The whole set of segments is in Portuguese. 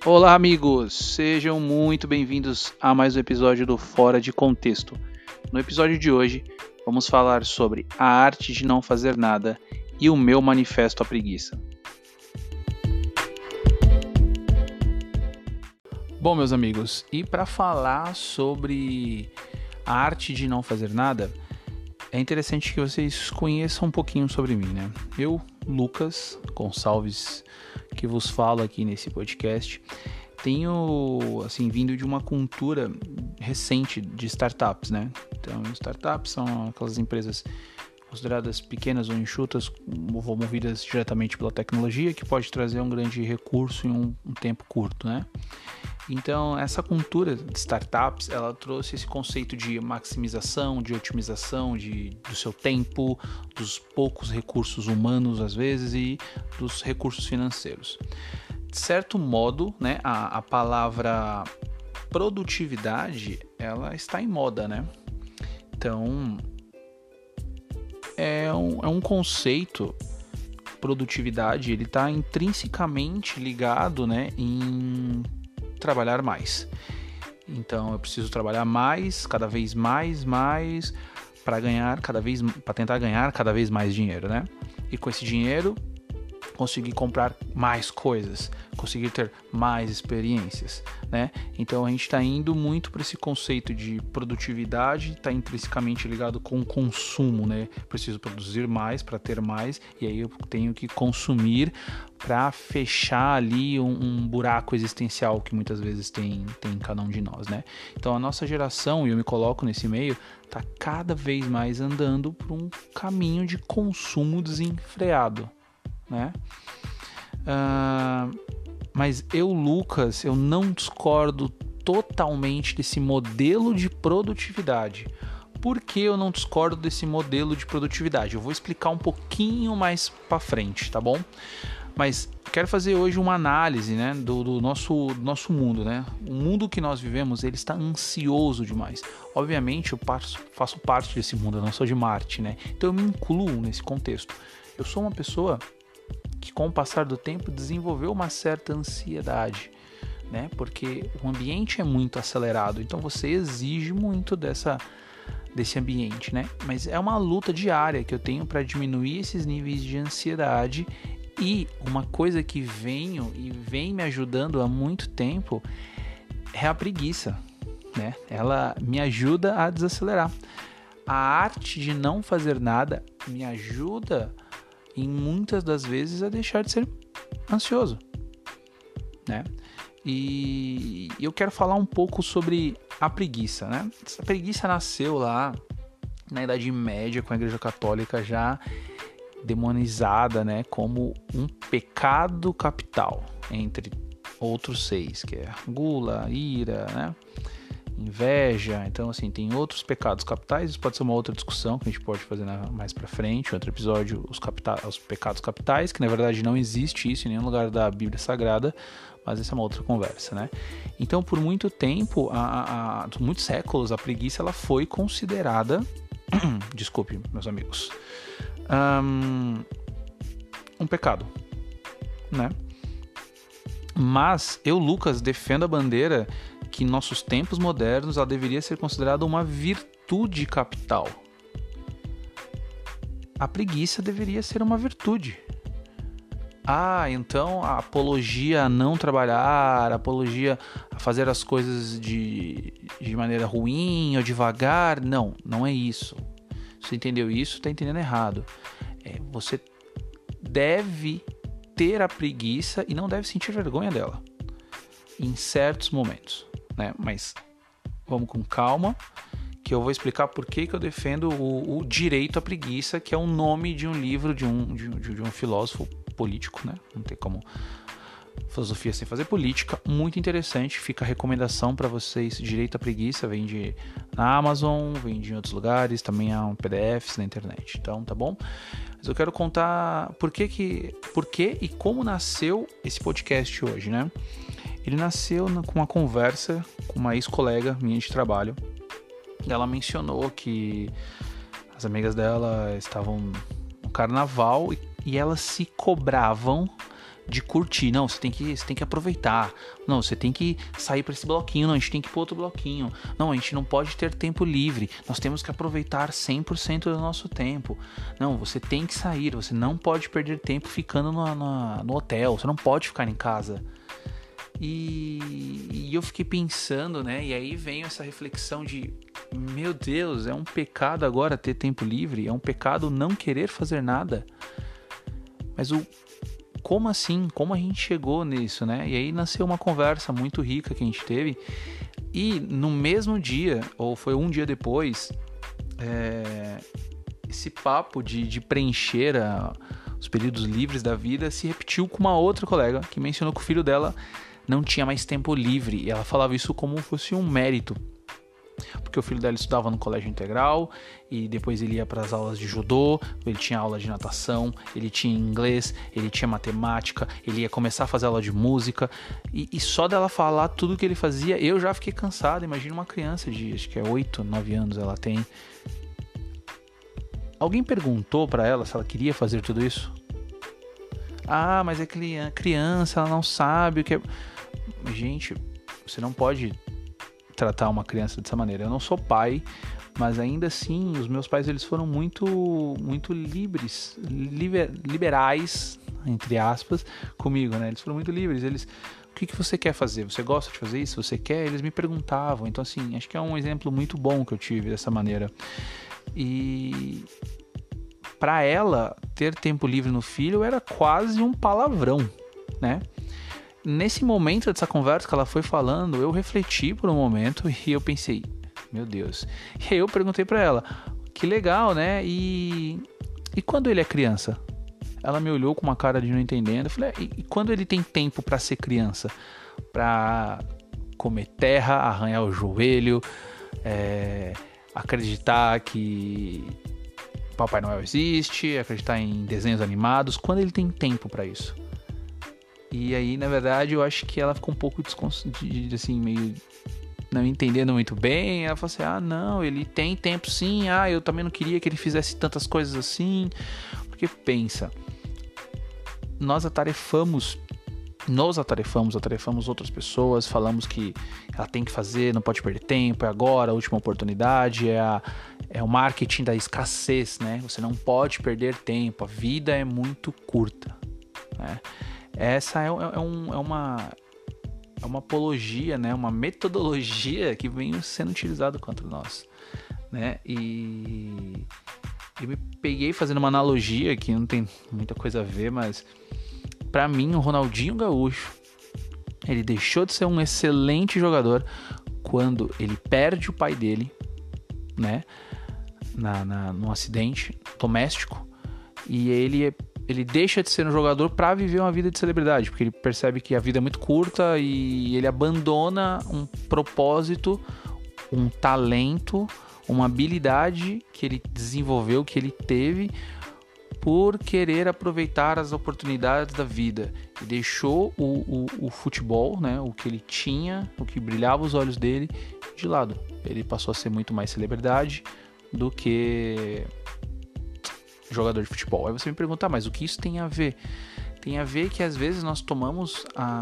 Olá, amigos! Sejam muito bem-vindos a mais um episódio do Fora de Contexto. No episódio de hoje, vamos falar sobre a arte de não fazer nada e o meu manifesto à preguiça. Bom, meus amigos, e para falar sobre a arte de não fazer nada, é interessante que vocês conheçam um pouquinho sobre mim, né? Eu, Lucas Gonçalves, que vos falo aqui nesse podcast, tenho, vindo de uma cultura recente de startups, né? Então, startups são aquelas empresas consideradas pequenas ou enxutas, movidas diretamente pela tecnologia, que pode trazer um grande recurso em um tempo curto, né? Então, essa cultura de startups, ela trouxe esse conceito de maximização, de otimização do seu tempo, dos poucos recursos humanos, às vezes, e dos recursos financeiros. De certo modo, né, a palavra produtividade, ela está em moda, né? Então, é um conceito, produtividade, ele está intrinsecamente ligado, né, em trabalhar mais. Então eu preciso trabalhar mais, cada vez mais, para tentar ganhar cada vez mais dinheiro, né? E com esse dinheiro conseguir comprar mais coisas, conseguir ter mais experiências, né? Então a gente está indo muito para esse conceito de produtividade, está intrinsecamente ligado com o consumo, né? Preciso produzir mais para ter mais, e aí eu tenho que consumir para fechar ali um buraco existencial que muitas vezes tem em cada um de nós, né? Então a nossa geração, e eu me coloco nesse meio, está cada vez mais andando por um caminho de consumo desenfreado, né? Mas eu, Lucas, eu não discordo totalmente desse modelo de produtividade. Por que eu não discordo desse modelo de produtividade? Eu vou explicar um pouquinho mais para frente, tá bom? Mas quero fazer hoje uma análise, né, do nosso mundo, né? O mundo que nós vivemos, ele está ansioso demais. Obviamente, eu faço parte desse mundo, eu não sou de Marte, né? Então eu me incluo nesse contexto. Eu sou uma pessoa que, com o passar do tempo, desenvolveu uma certa ansiedade, né? Porque o ambiente é muito acelerado, então você exige muito desse ambiente, né? Mas é uma luta diária que eu tenho para diminuir esses níveis de ansiedade. E uma coisa que vem me ajudando há muito tempo é a preguiça, né? Ela me ajuda a desacelerar. A arte de não fazer nada me ajuda, em muitas das vezes, a deixar de ser ansioso, né? E eu quero falar um pouco sobre a preguiça, né? Essa preguiça nasceu lá na Idade Média, com a Igreja Católica já demonizada, né, como um pecado capital, entre outros 6, que é gula, ira, né, inveja. Então, tem outros pecados capitais. Isso pode ser uma outra discussão que a gente pode fazer mais pra frente, outro episódio, os pecados capitais, que na verdade não existe isso em nenhum lugar da Bíblia Sagrada, mas essa é uma outra conversa, né? Então, por muito tempo, muitos séculos, a preguiça ela foi considerada desculpe, meus amigos, um pecado, né? Mas eu, Lucas, defendo a bandeira que em nossos tempos modernos ela deveria ser considerada uma virtude capital. A preguiça deveria ser uma virtude. Então a apologia a não trabalhar, a apologia a fazer as coisas de maneira ruim ou devagar, não é isso. Se você entendeu isso, está entendendo errado. Você deve ter a preguiça e não deve sentir vergonha dela em certos momentos, né? Mas vamos com calma, que eu vou explicar por que eu defendo o direito à preguiça, que é o nome de um livro de um filósofo político, né? Não tem como filosofia sem fazer política, muito interessante. Fica a recomendação para vocês. Direito à preguiça vende na Amazon, vende em outros lugares, também há PDFs na internet. Então, tá bom? Mas eu quero contar por que e como nasceu esse podcast hoje, né? Ele nasceu com uma conversa com uma ex-colega minha de trabalho. Ela mencionou que as amigas dela estavam no carnaval e elas se cobravam de curtir. Não, você tem que aproveitar. Não, você tem que sair para esse bloquinho. Não, a gente tem que ir para outro bloquinho. Não, a gente não pode ter tempo livre. Nós temos que aproveitar 100% do nosso tempo. Não, você tem que sair. Você não pode perder tempo ficando no hotel. Você não pode ficar em casa. E eu fiquei pensando, né? E aí vem essa reflexão de: meu Deus, é um pecado agora ter tempo livre? É um pecado não querer fazer nada? Mas como assim? Como a gente chegou nisso, né? E aí nasceu uma conversa muito rica que a gente teve. E no mesmo dia, ou foi um dia depois, esse papo de preencher os períodos livres da vida se repetiu com uma outra colega que mencionou que o filho dela não tinha mais tempo livre. E ela falava isso como fosse um mérito, porque o filho dela estudava no colégio integral e depois ele ia para as aulas de judô, ele tinha aula de natação, ele tinha inglês, ele tinha matemática, ele ia começar a fazer aula de música, e só dela falar tudo que ele fazia, eu já fiquei cansado. Imagina uma criança de, acho que é 8, 9 anos ela tem. Alguém perguntou para ela se ela queria fazer tudo isso? Ah, mas é criança, ela não sabe o que é. Gente, você não pode tratar uma criança dessa maneira. Eu não sou pai, mas ainda assim, os meus pais, eles foram muito liberais, entre aspas, comigo, né? Eles foram muito livres. O que você quer fazer? Você gosta de fazer isso? Você quer? Eles me perguntavam. Então, assim, acho que é um exemplo muito bom que eu tive dessa maneira. E para ela, ter tempo livre no filho era quase um palavrão, né? Nesse momento dessa conversa que ela foi falando, eu refleti por um momento e eu pensei, meu Deus. E aí eu perguntei pra ela, que legal, né? E quando ele é criança? Ela me olhou com uma cara de não entendendo. Eu falei, e quando ele tem tempo pra ser criança? Pra comer terra, arranhar o joelho, acreditar que Papai Noel existe, acreditar em desenhos animados. Quando ele tem tempo pra isso? E aí, na verdade, eu acho que ela ficou um pouco assim, meio não entendendo muito bem. Ela falou assim, não, ele tem tempo sim, eu também não queria que ele fizesse tantas coisas assim. Porque pensa, nós atarefamos outras pessoas, falamos que ela tem que fazer, não pode perder tempo, é agora, a última oportunidade, é o marketing da escassez, né? Você não pode perder tempo, a vida é muito curta, né? Essa é uma apologia, né? Uma metodologia que vem sendo utilizada contra nós, né? E eu me peguei fazendo uma analogia que não tem muita coisa a ver, mas para mim o Ronaldinho Gaúcho, ele deixou de ser um excelente jogador quando ele perde o pai dele, né? Num acidente doméstico, e ele deixa de ser um jogador para viver uma vida de celebridade, porque ele percebe que a vida é muito curta e ele abandona um propósito, um talento, uma habilidade que ele desenvolveu, que ele teve, por querer aproveitar as oportunidades da vida, e deixou o futebol, né, o que ele tinha, o que brilhava os olhos dele, de lado. Ele passou a ser muito mais celebridade do que jogador de futebol. Aí você me pergunta, mas o que isso tem a ver? Tem a ver que às vezes nós tomamos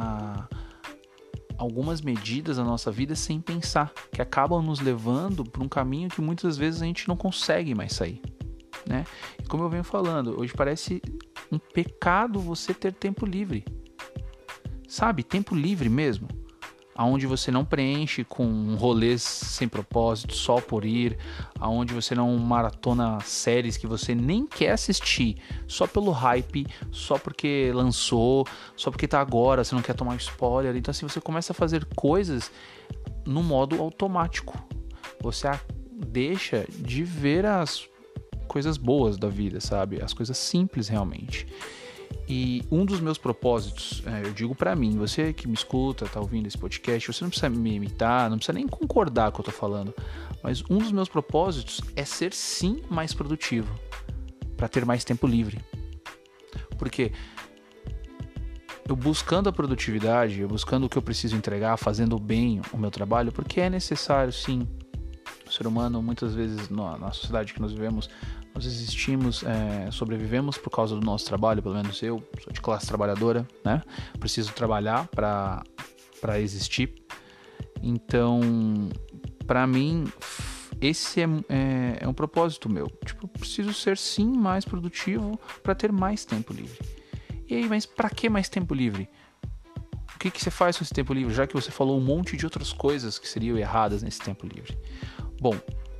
algumas medidas na nossa vida sem pensar, que acabam nos levando para um caminho que muitas vezes a gente não consegue mais sair, né? E como eu venho falando, hoje parece um pecado você ter tempo livre, sabe? Tempo livre mesmo, aonde você não preenche com rolês sem propósito, só por ir, aonde você não maratona séries que você nem quer assistir, só pelo hype, só porque lançou, só porque tá agora, você não quer tomar spoiler. Então assim, você começa a fazer coisas no modo automático, você deixa de ver as coisas boas da vida, sabe? As coisas simples realmente. E um dos meus propósitos, eu digo pra mim, você que me escuta, tá ouvindo esse podcast, você não precisa me imitar, não precisa nem concordar com o que eu tô falando, mas um dos meus propósitos é ser sim mais produtivo, pra ter mais tempo livre. Porque eu buscando a produtividade, eu buscando o que eu preciso entregar, fazendo bem o meu trabalho, porque é necessário sim. O ser humano, muitas vezes, na sociedade que nós vivemos, Nós existimos, sobrevivemos por causa do nosso trabalho, pelo menos eu sou de classe trabalhadora, né? Preciso trabalhar para existir. Então, para mim, esse é um propósito meu. Tipo, eu preciso ser sim mais produtivo para ter mais tempo livre. E aí, mas para que mais tempo livre? O que você faz com esse tempo livre? Já que você falou um monte de outras coisas que seriam erradas nesse tempo livre. Bom,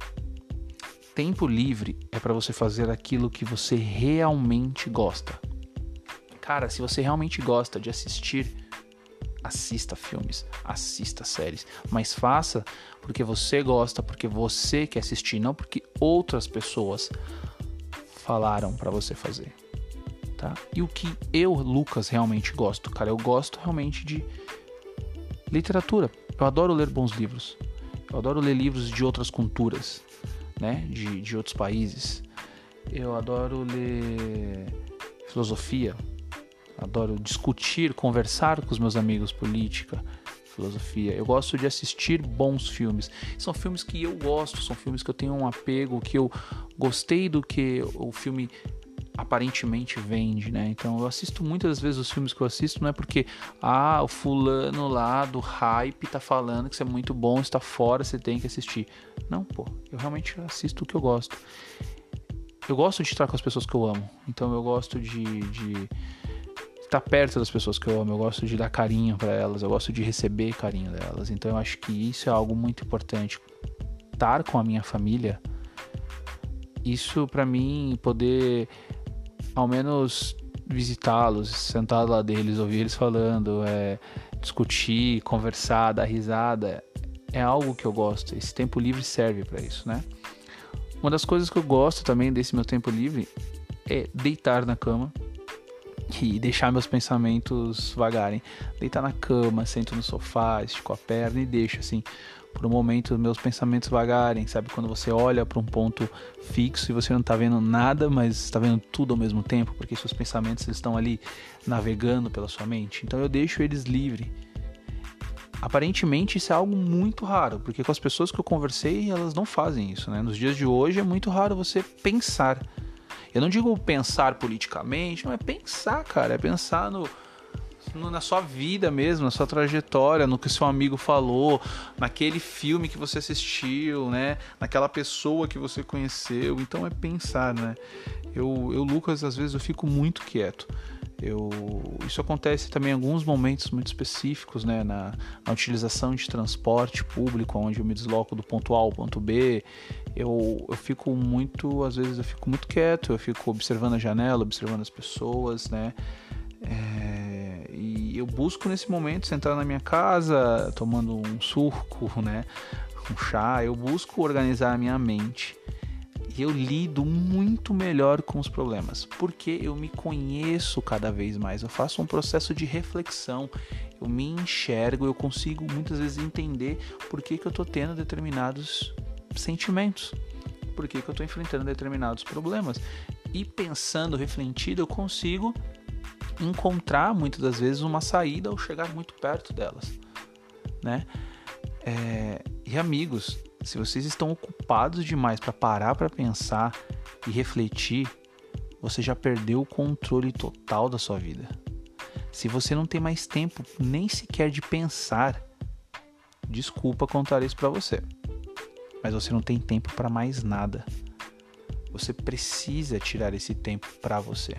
tempo livre é para você fazer aquilo que você realmente gosta. Cara, se você realmente gosta de assistir, assista filmes, assista séries, mas faça porque você gosta, porque você quer assistir, não porque outras pessoas falaram para você fazer, tá? E o que eu, Lucas, realmente gosto? Cara, eu gosto realmente de literatura. Eu adoro ler bons livros. Eu adoro ler livros de outras culturas, né? De outros países. Eu adoro ler filosofia. Adoro discutir, conversar com os meus amigos política, filosofia. Eu gosto de assistir bons filmes. São filmes que eu gosto, são filmes que eu tenho um apego, que eu gostei do que o filme aparentemente vende, né? Então eu assisto muitas das vezes os filmes que eu assisto, não é porque o fulano lá do hype tá falando que isso é muito bom, está fora, você tem que assistir. Não, pô, eu realmente assisto o que eu gosto. Eu gosto de estar com as pessoas que eu amo, então eu gosto de estar perto das pessoas que eu amo, eu gosto de dar carinho para elas, eu gosto de receber carinho delas, então eu acho que isso é algo muito importante. Estar com a minha família, isso para mim, poder ao menos visitá-los, sentar ao lado deles, ouvir eles falando, discutir, conversar, dar risada, é algo que eu gosto. Esse tempo livre serve para isso, né? Uma das coisas que eu gosto também desse meu tempo livre é deitar na cama e deixar meus pensamentos vagarem. Deitar na cama, sento no sofá, estico a perna e deixo assim, por um momento, meus pensamentos vagarem, sabe? Quando você olha para um ponto fixo e você não está vendo nada, mas está vendo tudo ao mesmo tempo, porque seus pensamentos estão ali navegando pela sua mente. Então eu deixo eles livres. Aparentemente isso é algo muito raro, porque com as pessoas que eu conversei, elas não fazem isso, né? Nos dias de hoje é muito raro você pensar. Eu não digo pensar politicamente, não é pensar, cara, é pensar na sua vida mesmo, na sua trajetória, no que seu amigo falou, naquele filme que você assistiu, né? Naquela pessoa que você conheceu. Então é pensar, né? Eu Lucas, às vezes eu fico muito quieto. Isso acontece também em alguns momentos muito específicos, né? Na utilização de transporte público, onde eu me desloco do ponto A ao ponto B. Eu fico muito, às vezes eu fico muito quieto, eu fico observando a janela, observando as pessoas, né? E eu busco nesse momento sentar na minha casa, tomando um suco, né? Um chá. Eu busco organizar a minha mente. E eu lido muito melhor com os problemas, porque eu me conheço cada vez mais. Eu faço um processo de reflexão, eu me enxergo, eu consigo muitas vezes entender por que eu estou tendo determinados sentimentos, por que eu estou enfrentando determinados problemas. E pensando, refletindo, eu consigo encontrar muitas das vezes uma saída ou chegar muito perto delas, né? E amigos, se vocês estão ocupados demais para parar para pensar e refletir, você já perdeu o controle total da sua vida. Se você não tem mais tempo nem sequer de pensar, desculpa contar isso para você, mas você não tem tempo para mais nada. Você precisa tirar esse tempo para você.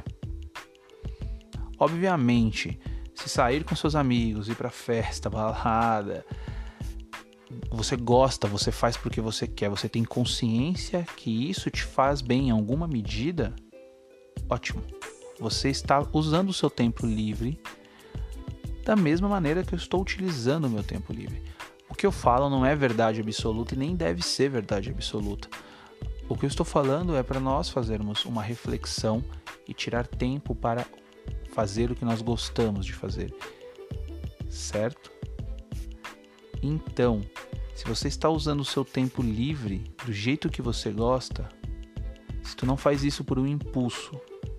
Obviamente, se sair com seus amigos, ir pra festa, balada, você gosta, você faz porque você quer, você tem consciência que isso te faz bem em alguma medida, ótimo. Você está usando o seu tempo livre da mesma maneira que eu estou utilizando o meu tempo livre. O que eu falo não é verdade absoluta e nem deve ser verdade absoluta. O que eu estou falando é para nós fazermos uma reflexão e tirar tempo para fazer o que nós gostamos de fazer, certo? Então, se você está usando o seu tempo livre do jeito que você gosta, se tu não faz isso por um impulso,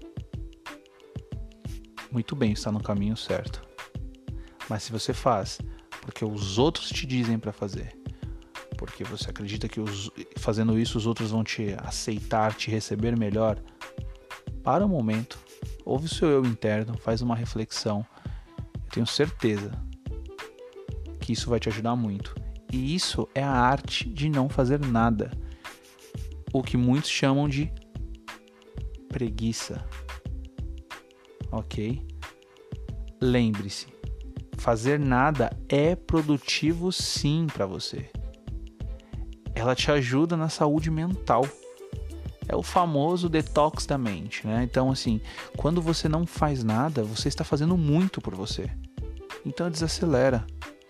muito bem, está no caminho certo. Mas se você faz porque os outros te dizem para fazer, porque você acredita que fazendo isso os outros vão te aceitar, te receber melhor, para um momento, ouve o seu eu interno, faz uma reflexão. Eu tenho certeza que isso vai te ajudar muito. E isso é a arte de não fazer nada. O que muitos chamam de preguiça. Ok? Lembre-se, fazer nada é produtivo sim para você. Ela te ajuda na saúde mental. É o famoso detox da mente, né? Então, assim, quando você não faz nada, você está fazendo muito por você. Então, desacelera.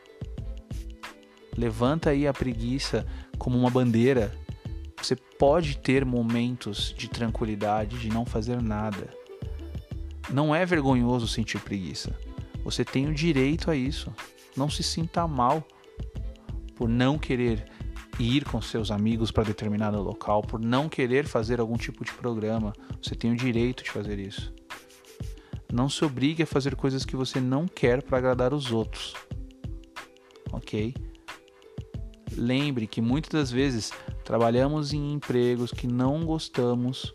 Levanta aí a preguiça como uma bandeira. Você pode ter momentos de tranquilidade, de não fazer nada. Não é vergonhoso sentir preguiça. Você tem o direito a isso. Não se sinta mal por não querer ir com seus amigos para determinado local, por não querer fazer algum tipo de programa. Você tem o direito de fazer isso. Não se obrigue a fazer coisas que você não quer para agradar os outros. Ok? Lembre que muitas das vezes trabalhamos em empregos que não gostamos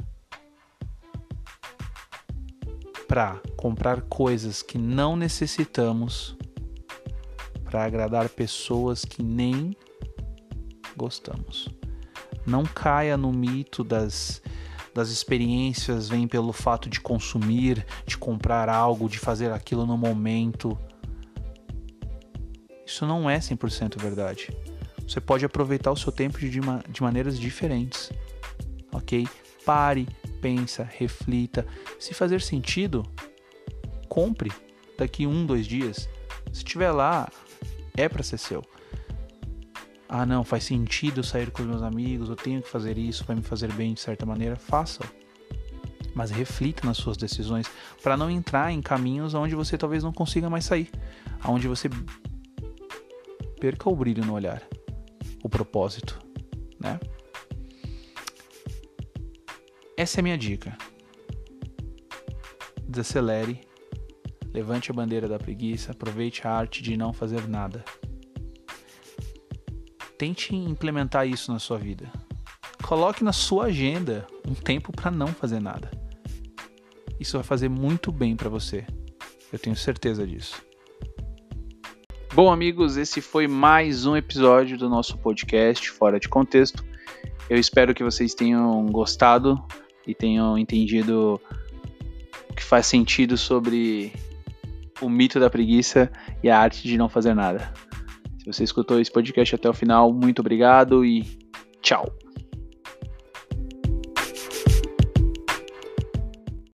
para comprar coisas que não necessitamos, para agradar pessoas que nem gostamos. Não caia no mito das experiências vêm pelo fato de consumir, de comprar algo, de fazer aquilo no momento. Isso não é 100% verdade. Você pode aproveitar o seu tempo de maneiras diferentes. Ok? Pare, pensa, reflita. Se fazer sentido, compre daqui 1-2 dias. Se estiver lá, é para ser seu. Ah, não, faz sentido eu sair com os meus amigos, eu tenho que fazer isso, vai me fazer bem de certa maneira, faça. Mas reflita nas suas decisões para não entrar em caminhos onde você talvez não consiga mais sair, onde você perca o brilho no olhar, o propósito, né? Essa é a minha dica. Desacelere, levante a bandeira da preguiça, aproveite a arte de não fazer nada. Tente implementar isso na sua vida. Coloque na sua agenda um tempo para não fazer nada. Isso vai fazer muito bem para você. Eu tenho certeza disso. Bom, amigos, esse foi mais um episódio do nosso podcast Fora de Contexto. Eu espero que vocês tenham gostado e tenham entendido o que faz sentido sobre o mito da preguiça e a arte de não fazer nada. Se você escutou esse podcast até o final, muito obrigado e tchau!